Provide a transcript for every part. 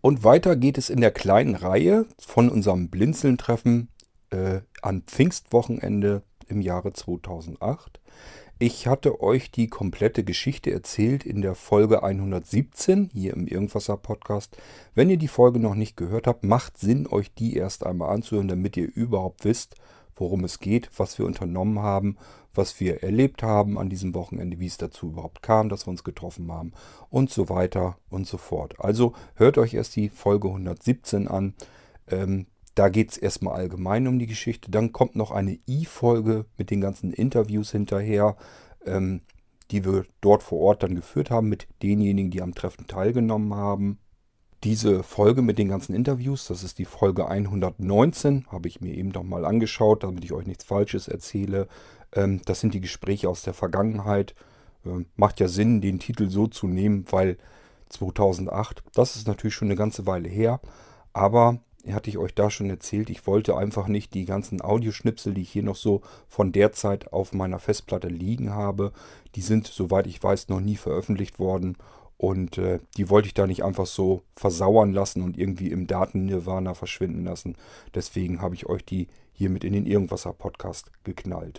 Und weiter geht es in der kleinen Reihe von unserem Blinzeln-Treffen an Pfingstwochenende im Jahre 2008. Ich hatte euch die komplette Geschichte erzählt in der Folge 117 hier im Irgendwasser Podcast. Wenn ihr die Folge noch nicht gehört habt, macht Sinn, euch die erst einmal anzuhören, damit ihr überhaupt wisst, worum es geht, was wir unternommen haben, was wir erlebt haben an diesem Wochenende, wie es dazu überhaupt kam, dass wir uns getroffen haben und so weiter und so fort. Also hört euch erst die Folge 117 an. Da geht es erstmal allgemein um die Geschichte. Dann kommt noch eine I-Folge mit den ganzen Interviews hinterher, die wir dort vor Ort dann geführt haben mit denjenigen, die am Treffen teilgenommen haben. Diese Folge mit den ganzen Interviews, das ist die Folge 119, habe ich mir eben noch mal angeschaut, damit ich euch nichts Falsches erzähle. Das sind die Gespräche aus der Vergangenheit. Macht ja Sinn, den Titel so zu nehmen, weil 2008, das ist natürlich schon eine ganze Weile her, aber hatte ich euch da schon erzählt, ich wollte einfach nicht die ganzen Audioschnipsel, die ich hier noch so von der Zeit auf meiner Festplatte liegen habe, die sind, soweit ich weiß, noch nie veröffentlicht worden. Und die wollte ich da nicht einfach so versauern lassen und irgendwie im Daten-Nirvana verschwinden lassen. Deswegen habe ich euch die hier mit in den Irgendwasser-Podcast geknallt.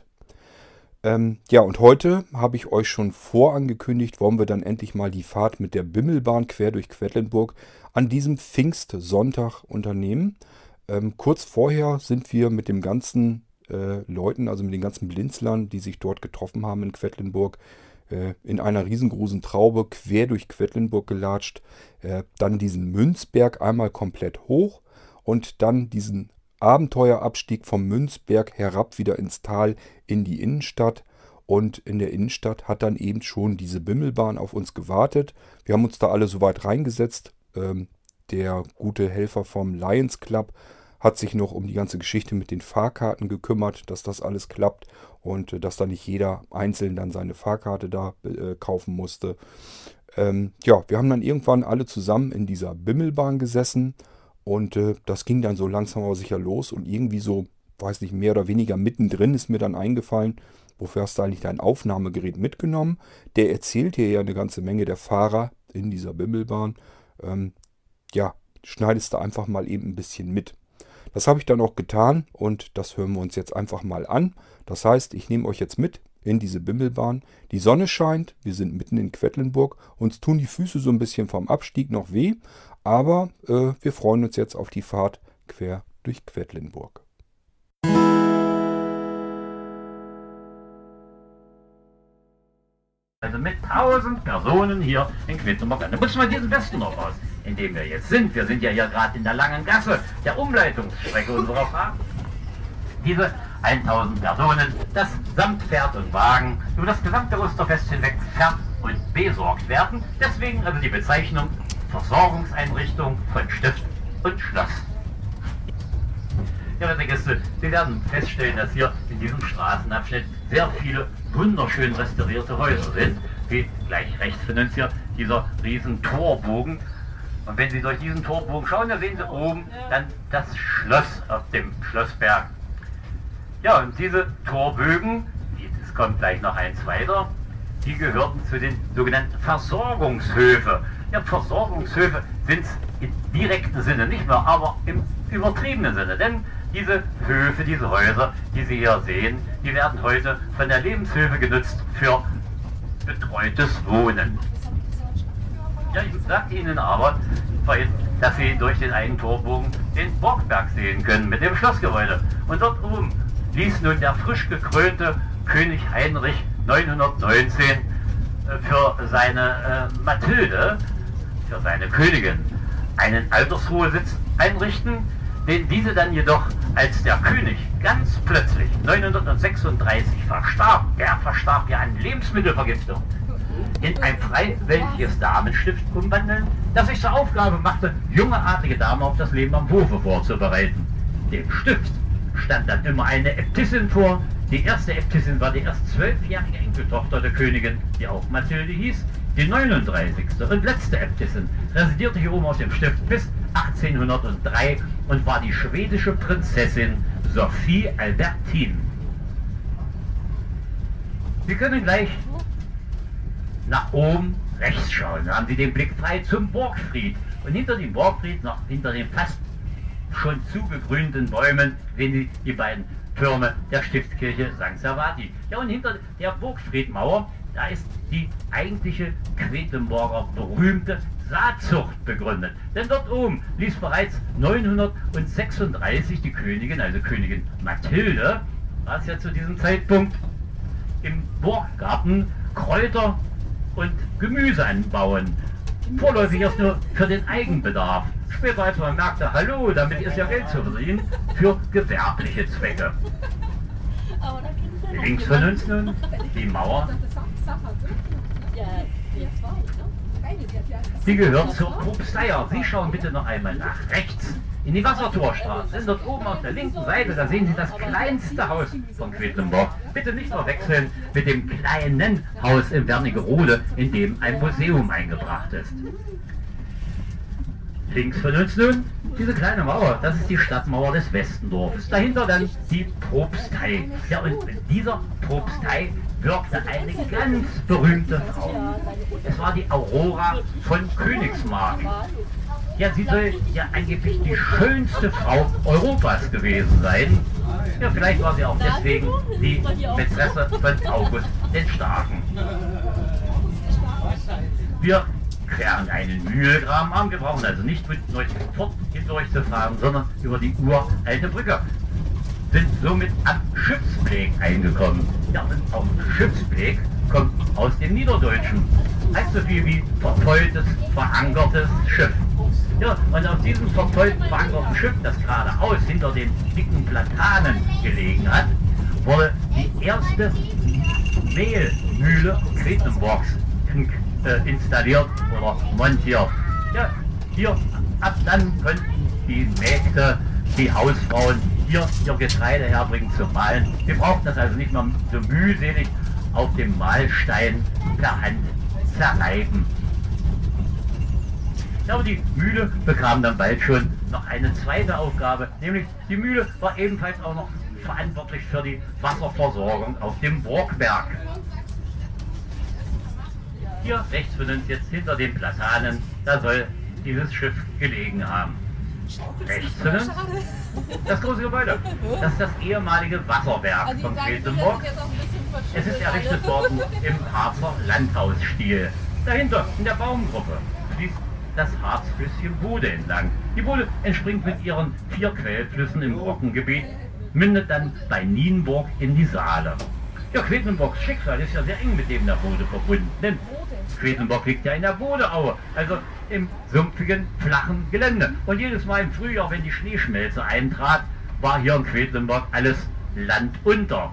Ja, und heute habe ich euch schon vorangekündigt, wollen wir dann endlich mal die Fahrt mit der Bimmelbahn quer durch Quedlinburg an diesem Pfingstsonntag unternehmen. Kurz vorher sind wir mit den ganzen Leuten, also mit den ganzen Blinzlern, die sich dort getroffen haben in Quedlinburg, in einer riesengroßen Traube quer durch Quedlinburg gelatscht, dann diesen Münzberg einmal komplett hoch und dann diesen Abenteuerabstieg vom Münzberg herab wieder ins Tal in die Innenstadt. Und in der Innenstadt hat dann eben schon diese Bimmelbahn auf uns gewartet. Wir haben uns da alle soweit reingesetzt. Der gute Helfer vom Lions Club hat sich noch um die ganze Geschichte mit den Fahrkarten gekümmert, dass das alles klappt und dass da nicht jeder einzeln dann seine Fahrkarte da kaufen musste. Ja, wir haben dann irgendwann alle zusammen in dieser Bimmelbahn gesessen und das ging dann so langsam aber sicher los und irgendwie so, weiß nicht, mehr oder weniger mittendrin ist mir dann eingefallen, wofür hast du eigentlich dein Aufnahmegerät mitgenommen? Der erzählt hier ja eine ganze Menge, der Fahrer in dieser Bimmelbahn. Ja, schneidest du einfach mal eben ein bisschen mit. Das habe ich dann auch getan und das hören wir uns jetzt einfach mal an. Das heißt, ich nehme euch jetzt mit in diese Bimmelbahn. Die Sonne scheint, wir sind mitten in Quedlinburg. Uns tun die Füße so ein bisschen vom Abstieg noch weh, aber wir freuen uns jetzt auf die Fahrt quer durch Quedlinburg. Also mit 1000 Personen hier in Quedlinburg. Da muss man diesen Westen noch raus, in dem wir jetzt sind. Wir sind ja hier gerade in der langen Gasse, der Umleitungsstrecke unserer Fahrt. Diese 1000 Personen, das samt Pferd und Wagen, über das gesamte Osterfest hinweg ver- und besorgt werden. Deswegen also die Bezeichnung Versorgungseinrichtung von Stift und Schloss. Ja, werte Gäste, Sie werden feststellen, dass hier in diesem Straßenabschnitt sehr viele wunderschön restaurierte Häuser sind, wie gleich rechts von uns hier dieser riesen Torbogen. Und wenn Sie durch diesen Torbogen schauen, dann sehen Sie oben dann das Schloss auf dem Schlossberg. Ja, und diese Torbögen, es kommt gleich noch eins weiter, die gehörten zu den sogenannten Versorgungshöfe. Ja, Versorgungshöfe sind es im direkten Sinne nicht mehr, aber im übertriebenen Sinne, denn diese Höfe, diese Häuser, die Sie hier sehen, die werden heute von der Lebenshilfe genutzt für betreutes Wohnen. Ja, ich sagte Ihnen aber vorhin, dass Sie durch den einen Torbogen den Burgberg sehen können mit dem Schlossgebäude. Und dort oben ließ nun der frisch gekrönte König Heinrich 919 für seine Mathilde, für seine Königin, einen Altersruhesitz einrichten, den diese dann jedoch, als der König ganz plötzlich 936 verstarb, der verstarb ja an Lebensmittelvergiftung, in ein freiwilliges Damenstift umwandeln, das sich zur Aufgabe machte, junge adlige Damen auf das Leben am Hofe vorzubereiten. Dem Stift stand dann immer eine Äbtissin vor. Die erste Äbtissin war die erst 12-jährige Enkeltochter der Königin, die auch Mathilde hieß. Die 39. und letzte Äbtissin residierte hier oben aus dem Stift bis 1803 und war die schwedische Prinzessin Sophie Albertine. Sie können gleich nach oben rechts schauen. Da haben Sie den Blick frei zum Burgfried. Und hinter dem Borgfried, noch hinter den fast schon zugegrünten Bäumen, sehen Sie die beiden Türme der Stiftskirche St. Servati. Ja, und hinter der Burgfriedmauer, da ist die eigentliche Quedlinburger berühmte Saatzucht begründet. Denn dort oben ließ bereits 936 die Königin, also Königin Mathilde, war es ja zu diesem Zeitpunkt, im Burggarten Kräuter und Gemüse anbauen. Vorläufig erst nur für den Eigenbedarf. Später, als man merkte, hallo, damit ist ja Geld zu verdienen, für gewerbliche Zwecke. Links von uns nun die Mauer. Die gehört zur Propsteier. Sie schauen bitte noch einmal nach rechts in die Wassertorstraße. Denn dort oben auf der linken Seite, da sehen Sie das kleinste Haus von Quedlinburg. Bitte nicht verwechseln mit dem kleinen Haus in Wernigerode, in dem ein Museum eingebracht ist. Links von uns nun diese kleine Mauer, das ist die Stadtmauer des Westendorfes. Dahinter dann die Propstei. Ja, und in dieser Propstei wirkte eine ganz berühmte Frau. Es war die Aurora von Königsmark. Ja, sie soll ja angeblich die schönste Frau Europas gewesen sein. Ja, vielleicht war sie auch deswegen die Mätresse von August den Starken. Wir queren einen Mühlgraben an. Wir brauchen also nicht mit fort hindurchzufahren, sondern über die uralte Brücke. Sind somit am Schiffsbeleg eingekommen. Ja, und auch Schiffsbeleg kommt aus dem Niederdeutschen. Heißt so viel wie verteultes, verankertes Schiff. Ja, und auf diesem verteulten, verankerten Schiff, das geradeaus hinter den dicken Platanen gelegen hat, wurde die erste Mehlmühle Quedlinburgs installiert oder montiert. Ja, hier ab dann konnten die Mägde, die Hausfrauen hier ihr Getreide herbringen zum Mahlen. Wir brauchten das also nicht mehr so mühselig auf dem Mahlstein per Hand zerreiben. Ja, aber die Mühle bekam dann bald schon noch eine zweite Aufgabe, nämlich die Mühle war ebenfalls auch noch verantwortlich für die Wasserversorgung auf dem Burgberg. Hier rechts von uns, jetzt hinter den Platanen, da soll dieses Schiff gelegen haben. Rechts von uns das große Gebäude. Das ist das ehemalige Wasserwerk von Quedlinburg. Es ist errichtet worden im Harzer Landhausstil. Dahinter, in der Baumgruppe, fließt das Harzflüsschen Bode entlang. Die Bode entspringt mit ihren 4 Quellflüssen im Roggengebiet, mündet dann bei Nienburg in die Saale. Ja, Quedlinburgs Schicksal ist ja sehr eng mit dem der Bode verbunden, denn Quedlinburg liegt ja in der Bodeaue, also im sumpfigen, flachen Gelände. Und jedes Mal im Frühjahr, wenn die Schneeschmelze eintrat, war hier in Quedlinburg alles Land unter.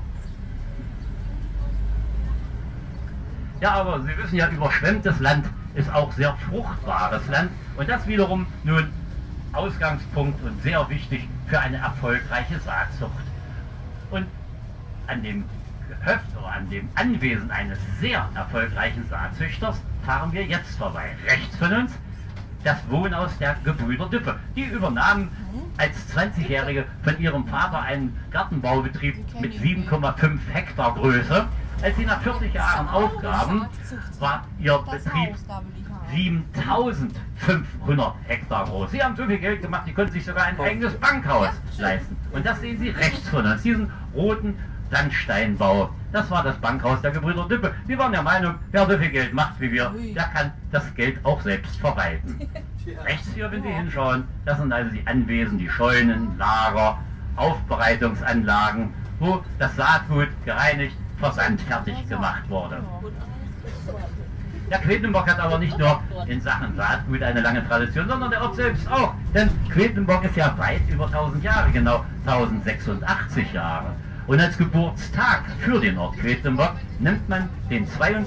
Ja, aber Sie wissen ja, überschwemmtes Land ist auch sehr fruchtbares Land. Und das wiederum nun Ausgangspunkt und sehr wichtig für eine erfolgreiche Saatzucht. Und an dem Gehöft oder an dem Anwesen eines sehr erfolgreichen Saatzüchters fahren wir jetzt vorbei. Rechts von uns das Wohnhaus der Gebrüder Düppe. Die übernahmen als 20-Jährige von ihrem Vater einen Gartenbaubetrieb mit 7,5 Hektar Größe. Als sie nach 40 Jahren aufgaben, war ihr Betrieb 7500 Hektar groß. Sie haben so viel Geld gemacht, sie konnten sich sogar ein eigenes Bankhaus leisten. Und das sehen Sie rechts von uns, diesen roten Sandsteinbau. Das war das Bankhaus der Gebrüder Düppe. Sie waren der Meinung, wer so viel Geld macht wie wir, der kann das Geld auch selbst verwalten. Rechts hier, wenn Sie hinschauen, das sind also die Anwesen, die Scheunen, Lager, Aufbereitungsanlagen, wo das Saatgut gereinigt, versandfertig gemacht wurde. Der Quedlinburg hat aber nicht nur in Sachen Saatgut eine lange Tradition, sondern der Ort selbst auch. Denn Quedlinburg ist ja weit über 1000 Jahre, genau 1086 Jahre. Und als Geburtstag für den Ort Quedlinburg nimmt man den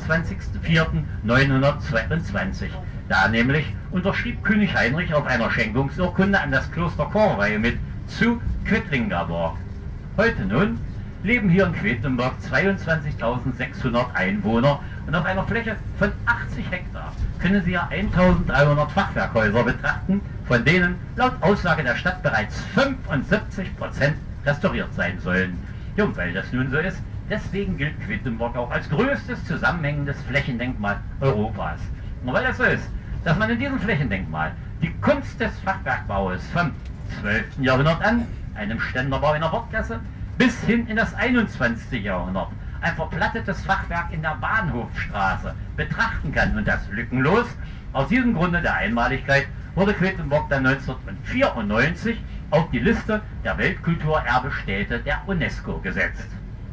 22.04.922. Da nämlich unterschrieb König Heinrich auf einer Schenkungsurkunde an das Kloster Chorweihe mit zu Quedlingaborg. Heute nun leben hier in Quedlinburg 22.600 Einwohner und auf einer Fläche von 80 Hektar können Sie ja 1.300 Fachwerkhäuser betrachten, von denen laut Aussage der Stadt bereits 75% restauriert sein sollen. Ja, und weil das nun so ist, deswegen gilt Quedlinburg auch als größtes zusammenhängendes Flächendenkmal Europas. Und weil das so ist, dass man in diesem Flächendenkmal die Kunst des Fachwerkbaues vom 12. Jahrhundert an, einem Ständerbau in der Wortgasse, bis hin in das 21. Jahrhundert ein verplattetes Fachwerk in der Bahnhofstraße betrachten kann, und das lückenlos. Aus diesem Grunde der Einmaligkeit wurde Quedlinburg dann 1994 auf die Liste der Weltkulturerbestätte der UNESCO gesetzt.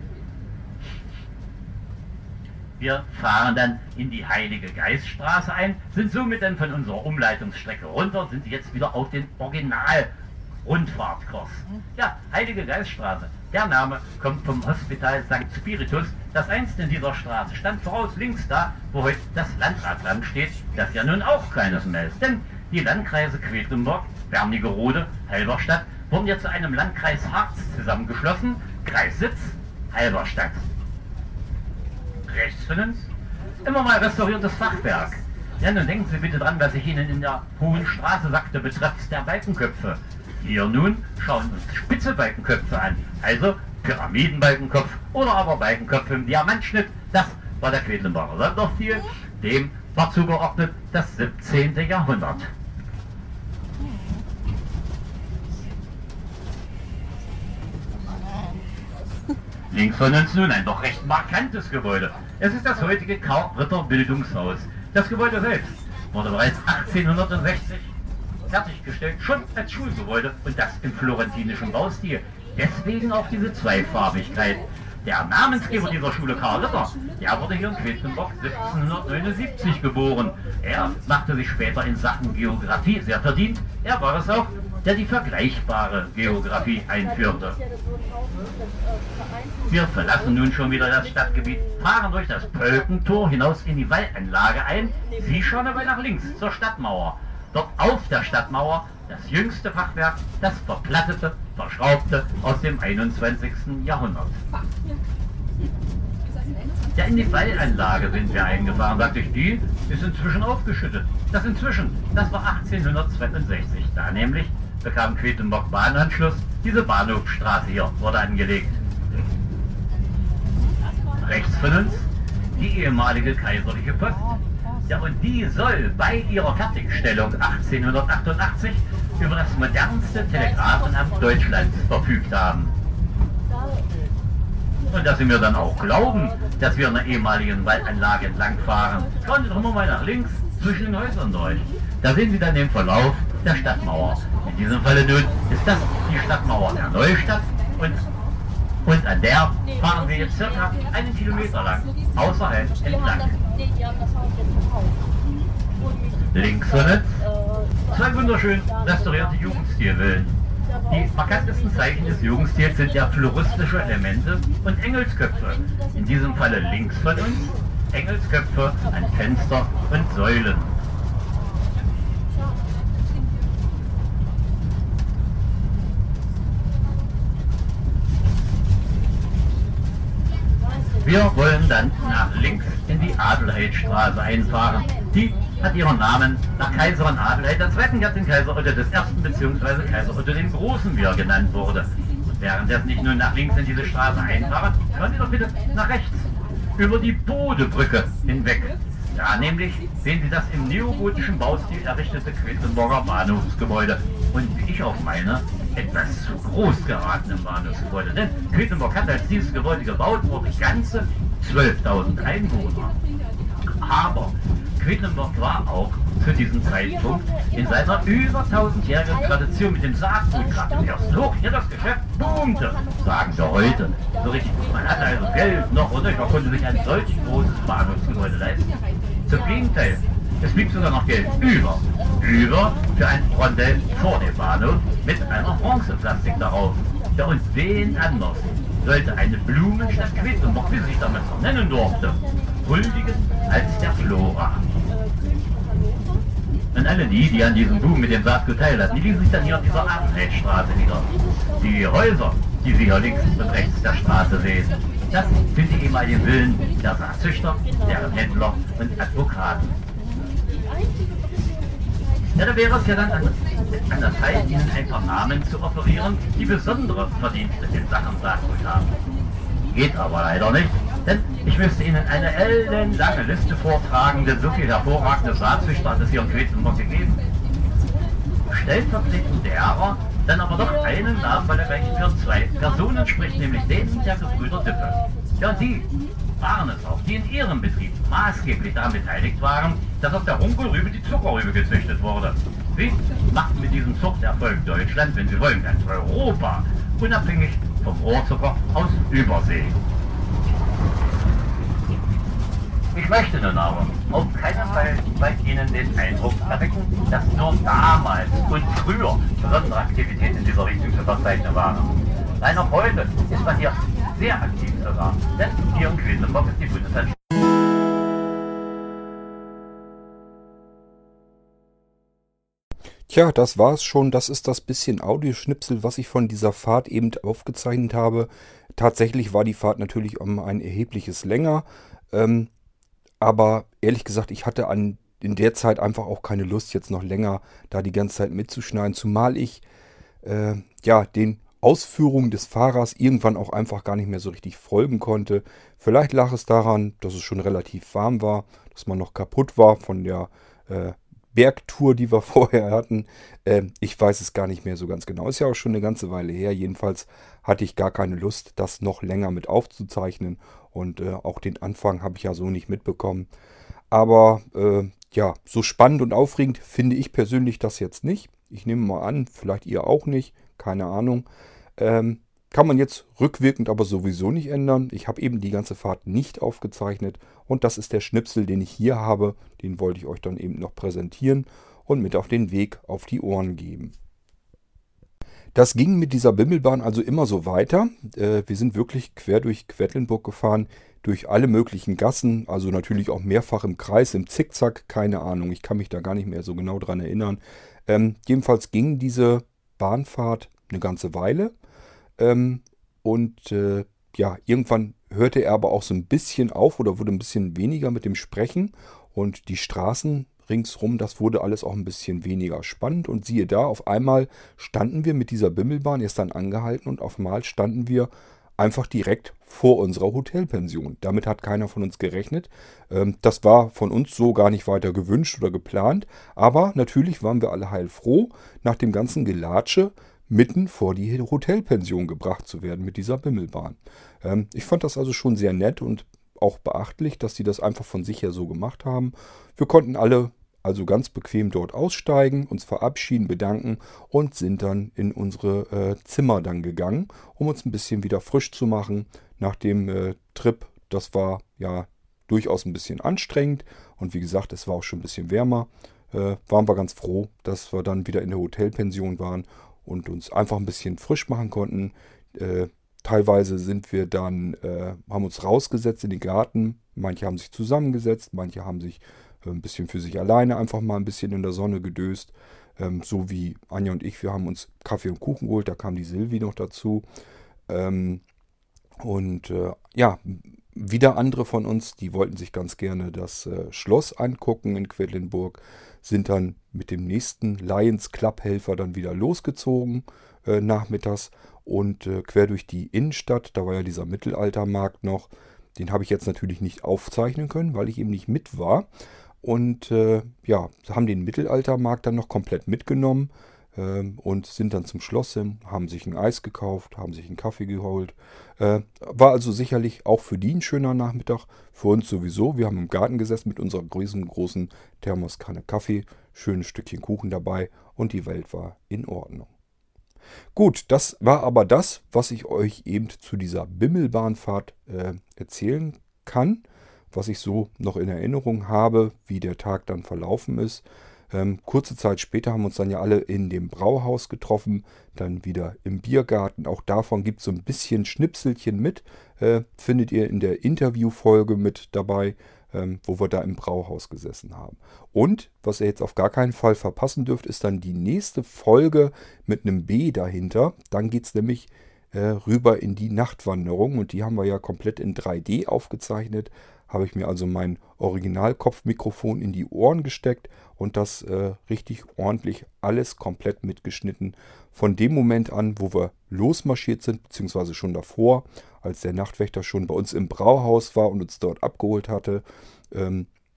Wir fahren dann in die Heilige Geiststraße ein, sind somit dann von unserer Umleitungsstrecke runter, sind jetzt wieder auf den Original-Rundfahrtkurs. Ja, Heilige Geiststraße. Der Name kommt vom Hospital St. Spiritus, das einst in dieser Straße stand, voraus links da, wo heute das Landratsamt steht, das ja nun auch keines mehr ist. Denn die Landkreise Quedlinburg, Wernigerode, Halberstadt wurden ja zu einem Landkreis Harz zusammengeschlossen, Kreissitz Halberstadt. Rechts von uns immer mal restauriertes Fachwerk. Ja, nun denken Sie bitte dran, was ich Ihnen in der Hohen Straße sagte, betreffs der Balkenköpfe. Hier nun schauen uns spitze Balkenköpfe an, also Pyramidenbalkenkopf oder aber Balkenköpfe im Diamantschnitt. Das war der Quedlinburger Sonderstil, dem war zugeordnet das 17. Jahrhundert. Links von uns nun ein doch recht markantes Gebäude. Es ist das heutige Karl-Ritter-Bildungshaus. Das Gebäude selbst wurde bereits 1860 fertiggestellt, schon als Schulgebäude, und das im florentinischen Baustil. Deswegen auch diese Zweifarbigkeit. Der Namensgeber dieser Schule, Karl Ritter, der wurde hier in Quedlinburg 1779 geboren. Er machte sich später in Sachen Geografie sehr verdient. Er war es auch, der die vergleichbare Geografie einführte. Wir verlassen nun schon wieder das Stadtgebiet, fahren durch das Pölkentor hinaus in die Wallanlage ein. Sie schauen aber nach links zur Stadtmauer. Dort auf der Stadtmauer das jüngste Fachwerk, das verplattete, verschraubte aus dem 21. Jahrhundert. Ja, in die Wallanlage sind wir eingefahren, sagte ich, die ist inzwischen aufgeschüttet. Das war 1862, da nämlich bekam Quedlinburg Bahnanschluss, diese Bahnhofstraße hier wurde angelegt. Rechts von uns die ehemalige kaiserliche Post. Ja, und die soll bei ihrer Fertigstellung 1888 über das modernste Telegrafenamt Deutschlands verfügt haben. Und dass Sie mir dann auch glauben, dass wir in der ehemaligen Waldanlage entlang fahren, schauen Sie doch mal nach links zwischen den Häusern durch. Da sehen Sie dann den Verlauf der Stadtmauer. In diesem Falle nun ist das die Stadtmauer der Neustadt, und an der fahren wir jetzt circa 1 Kilometer lang, außerhalb entlang. Links von uns zwei wunderschön restaurierte Jugendstilvillen. Die markantesten Zeichen des Jugendstils sind ja floristische Elemente und Engelsköpfe. In diesem Falle links von uns Engelsköpfe an Fenster und Säulen. Wir wollen dann nach links in die Adelheidstraße einfahren. Die hat ihren Namen nach Kaiserin Adelheid II. Gattin Kaiser Otto I. bzw. Kaiser Otto dem Großen, wie er genannt wurde. Und währenddessen ich nun nach links in diese Straße einfahre, schauen Sie doch bitte nach rechts, über die Bodebrücke hinweg. Da nämlich sehen Sie das im neogotischen Baustil errichtete Quedlinburger Bahnhofsgebäude. Und wie ich auch meine, etwas zu groß geraten im Bahnhofsgebäude. Denn Quedlinburg hat, als dieses Gebäude gebaut wurde, ganze 12.000 Einwohner. Aber Quedlinburg war auch zu diesem Zeitpunkt in seiner über 1000-jährigen Tradition mit dem Saatgut gerade im ersten Hoch. Hier das Geschäft boomte, sagen wir heute. So richtig, man hatte also Geld noch und man konnte sich ein solch großes Bahnhofsgebäude leisten. Zum Gegenteil, es blieb sogar noch Geld über für ein Rondell vor dem Bahnhof mit einer Bronzeplastik darauf. Ja, und wen anders sollte eine Blumenstadt Quedlinburg, wie sie sich damals noch nennen durfte, huldigen als der Flora. Und alle die an diesem Boom mit dem Saatgut teilhatten, die ließen sich dann hier auf dieser Adelheidstraße wieder. Die Häuser, die Sie hier links und rechts der Straße sehen, das sind die ehemaligen Villen der Saatzüchter, deren Händler und Advokaten. Ja, da wäre es ja dann an der Zeit, Ihnen ein paar Namen zu offerieren, die besondere Verdienste in Sachen Saatgut haben. Geht aber leider nicht, denn ich müsste Ihnen eine ellenlange Liste vortragen, denn so viel hervorragende Saatzüchter hat es hier in Quedlinburg gegeben. stellvertretend derer dann aber doch einen Namen, weil er gleich für zwei Personen spricht, nämlich den der Gebrüder Dippe. Ja, und die waren es auch, die in ihrem Betrieb maßgeblich daran beteiligt waren, dass auf der Runkelrübe die Zuckerrübe gezüchtet wurde. Wie macht mit diesem Zuchterfolg Deutschland, wenn Sie wollen, ganz Europa, unabhängig vom Rohrzucker aus Übersee? Ich möchte nun aber auf keinen Fall bei Ihnen den Eindruck erwecken, dass nur damals und früher besondere Aktivitäten in dieser Richtung zu verzeichnen waren. Nein, auch heute ist man hier sehr aktiv sogar, denn hier in Quedlinburg ist die Bundesanstalt. Tja, das war's schon. Das ist das bisschen Audioschnipsel, was ich von dieser Fahrt eben aufgezeichnet habe. Tatsächlich war die Fahrt natürlich um ein erhebliches länger. Aber ehrlich gesagt, ich hatte in der Zeit einfach auch keine Lust, jetzt noch länger da die ganze Zeit mitzuschneiden. Zumal ich den Ausführungen des Fahrers irgendwann auch einfach gar nicht mehr so richtig folgen konnte. Vielleicht lag es daran, dass es schon relativ warm war, dass man noch kaputt war von der Bergtour, die wir vorher hatten. Ich weiß es gar nicht mehr so ganz genau. Ist ja auch schon eine ganze Weile her. Jedenfalls hatte ich gar keine Lust, das noch länger mit aufzuzeichnen. Und auch den Anfang habe ich ja so nicht mitbekommen. Aber so spannend und aufregend finde ich persönlich das jetzt nicht. Ich nehme mal an, vielleicht ihr auch nicht. Keine Ahnung. Kann man jetzt rückwirkend aber sowieso nicht ändern. Ich habe eben die ganze Fahrt nicht aufgezeichnet. Und das ist der Schnipsel, den ich hier habe. Den wollte ich euch dann eben noch präsentieren und mit auf den Weg auf die Ohren geben. Das ging mit dieser Bimmelbahn also immer so weiter. Wir sind wirklich quer durch Quedlinburg gefahren, durch alle möglichen Gassen, also natürlich auch mehrfach im Kreis, im Zickzack, keine Ahnung. Ich kann mich da gar nicht mehr so genau dran erinnern. Jedenfalls ging diese Bahnfahrt eine ganze Weile. Irgendwann hörte er aber auch so ein bisschen auf oder wurde ein bisschen weniger mit dem Sprechen. Und die Straßen ringsrum, das wurde alles auch ein bisschen weniger spannend. Und siehe da, auf einmal standen wir mit dieser Bimmelbahn, ist dann angehalten und auf einmal standen wir einfach direkt vor unserer Hotelpension. Damit hat keiner von uns gerechnet. Das war von uns so gar nicht weiter gewünscht oder geplant. Aber natürlich waren wir alle heilfroh, nach dem ganzen Gelatsche mitten vor die Hotelpension gebracht zu werden mit dieser Bimmelbahn. Ich fand das also schon sehr nett und auch beachtlich, dass sie das einfach von sich her so gemacht haben. Wir konnten alle also ganz bequem dort aussteigen, uns verabschieden, bedanken und sind dann in unsere Zimmer dann gegangen, um uns ein bisschen wieder frisch zu machen nach dem Trip. Das war ja durchaus ein bisschen anstrengend und wie gesagt, es war auch schon ein bisschen wärmer. Waren wir ganz froh, dass wir dann wieder in der Hotelpension waren und uns einfach ein bisschen frisch machen konnten. Teilweise sind wir dann, haben uns rausgesetzt in den Garten. Manche haben sich zusammengesetzt, manche haben sich ein bisschen für sich alleine einfach mal ein bisschen in der Sonne gedöst. So wie Anja und ich, wir haben uns Kaffee und Kuchen geholt, da kam die Silvi noch dazu. Wieder andere von uns, die wollten sich ganz gerne das Schloss angucken in Quedlinburg, sind dann mit dem nächsten Lions Club Helfer dann wieder losgezogen nachmittags und quer durch die Innenstadt, da war ja dieser Mittelaltermarkt noch, den habe ich jetzt natürlich nicht aufzeichnen können, weil ich eben nicht mit war. Und haben den Mittelaltermarkt dann noch komplett mitgenommen und sind dann zum Schloss hin, haben sich ein Eis gekauft, haben sich einen Kaffee geholt. War also sicherlich auch für die ein schöner Nachmittag, für uns sowieso. Wir haben im Garten gesessen mit unserer riesengroßen Thermoskanne Kaffee, schönes Stückchen Kuchen dabei und die Welt war in Ordnung. Gut, das war aber das, was ich euch eben zu dieser Bimmelbahnfahrt erzählen kann, was ich so noch in Erinnerung habe, wie der Tag dann verlaufen ist. Kurze Zeit später haben wir uns dann ja alle in dem Brauhaus getroffen, dann wieder im Biergarten. Auch davon gibt es so ein bisschen Schnipselchen mit, findet ihr in der Interviewfolge mit dabei, wo wir da im Brauhaus gesessen haben. Und, was ihr jetzt auf gar keinen Fall verpassen dürft, ist dann die nächste Folge mit einem B dahinter. Dann geht es nämlich rüber in die Nachtwanderung und die haben wir ja komplett in 3D aufgezeichnet. Habe ich mir also mein Originalkopfmikrofon in die Ohren gesteckt und das richtig ordentlich alles komplett mitgeschnitten. Von dem Moment an, wo wir losmarschiert sind, beziehungsweise schon davor, als der Nachtwächter schon bei uns im Brauhaus war und uns dort abgeholt hatte,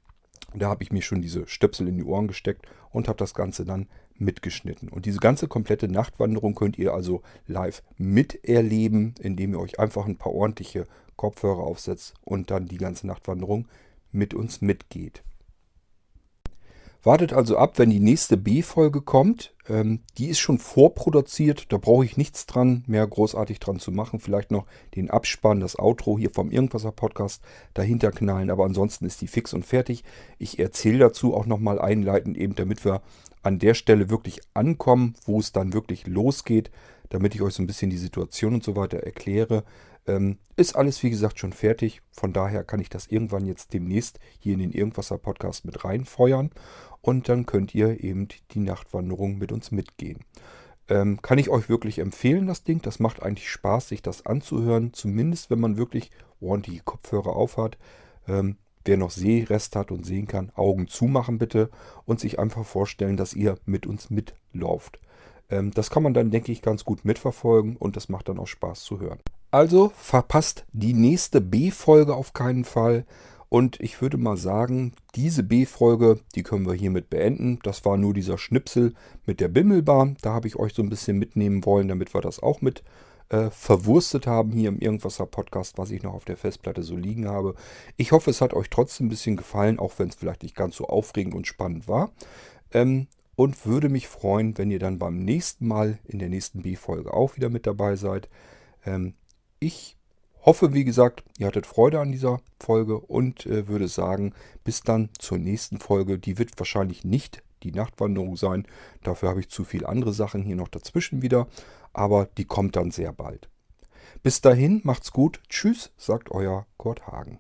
Da habe ich mir schon diese Stöpsel in die Ohren gesteckt und habe das Ganze dann mitgeschnitten. Und diese ganze komplette Nachtwanderung könnt ihr also live miterleben, indem ihr euch einfach ein paar ordentliche Kopfhörer aufsetzt und dann die ganze Nachtwanderung mit uns mitgeht. Wartet also ab, wenn die nächste B-Folge kommt. Die ist schon vorproduziert, da brauche ich nichts dran, mehr großartig dran zu machen. Vielleicht noch den Abspann, das Outro hier vom Irgendwasser-Podcast dahinter knallen, aber ansonsten ist die fix und fertig. Ich erzähle dazu auch nochmal einleitend eben, damit wir an der Stelle wirklich ankommen, wo es dann wirklich losgeht, damit ich euch so ein bisschen die Situation und so weiter erkläre. Ist alles, wie gesagt, schon fertig. Von daher kann ich das irgendwann jetzt demnächst hier in den Irgendwasser-Podcast mit reinfeuern. Und dann könnt ihr eben die Nachtwanderung mit uns mitgehen. Kann ich euch wirklich empfehlen, das Ding. Das macht eigentlich Spaß, sich das anzuhören. Zumindest, wenn man wirklich ordentliche Kopfhörer aufhat. Wer noch Sehrest hat und sehen kann, Augen zumachen bitte. Und sich einfach vorstellen, dass ihr mit uns mitlauft. Das kann man dann, denke ich, ganz gut mitverfolgen. Und das macht dann auch Spaß zu hören. Also verpasst die nächste B-Folge auf keinen Fall. Und ich würde mal sagen, diese B-Folge, die können wir hiermit beenden. Das war nur dieser Schnipsel mit der Bimmelbahn. Da habe ich euch so ein bisschen mitnehmen wollen, damit wir das auch mit verwurstet haben hier im Irgendwasser-Podcast, was ich noch auf der Festplatte so liegen habe. Ich hoffe, es hat euch trotzdem ein bisschen gefallen, auch wenn es vielleicht nicht ganz so aufregend und spannend war. Und würde mich freuen, wenn ihr dann beim nächsten Mal in der nächsten B-Folge auch wieder mit dabei seid. Ich hoffe, wie gesagt, ihr hattet Freude an dieser Folge und würde sagen, bis dann zur nächsten Folge. Die wird wahrscheinlich nicht die Nachtwanderung sein. Dafür habe ich zu viele andere Sachen hier noch dazwischen wieder. Aber die kommt dann sehr bald. Bis dahin, macht's gut. Tschüss, sagt euer Kurt Hagen.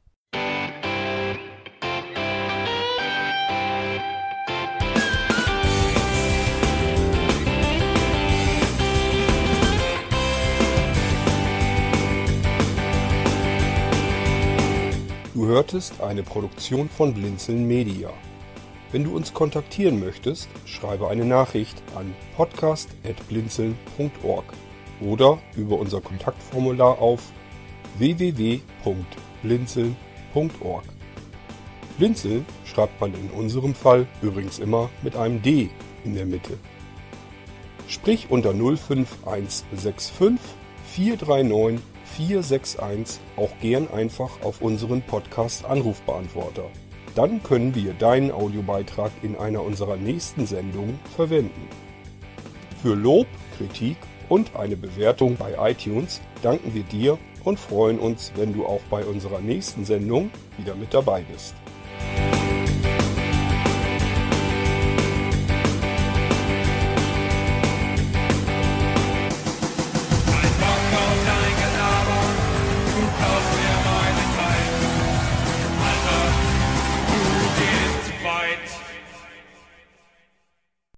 Du hörtest eine Produktion von Blinzeln Media. Wenn du uns kontaktieren möchtest, schreibe eine Nachricht an podcast@blinzeln.org oder über unser Kontaktformular auf www.blinzeln.org. Blinzeln schreibt man in unserem Fall übrigens immer mit einem D in der Mitte. Sprich unter 05165 439 461 auch gern einfach auf unseren Podcast-Anrufbeantworter. Dann können wir deinen Audiobeitrag in einer unserer nächsten Sendungen verwenden. Für Lob, Kritik und eine Bewertung bei iTunes danken wir dir und freuen uns, wenn du auch bei unserer nächsten Sendung wieder mit dabei bist.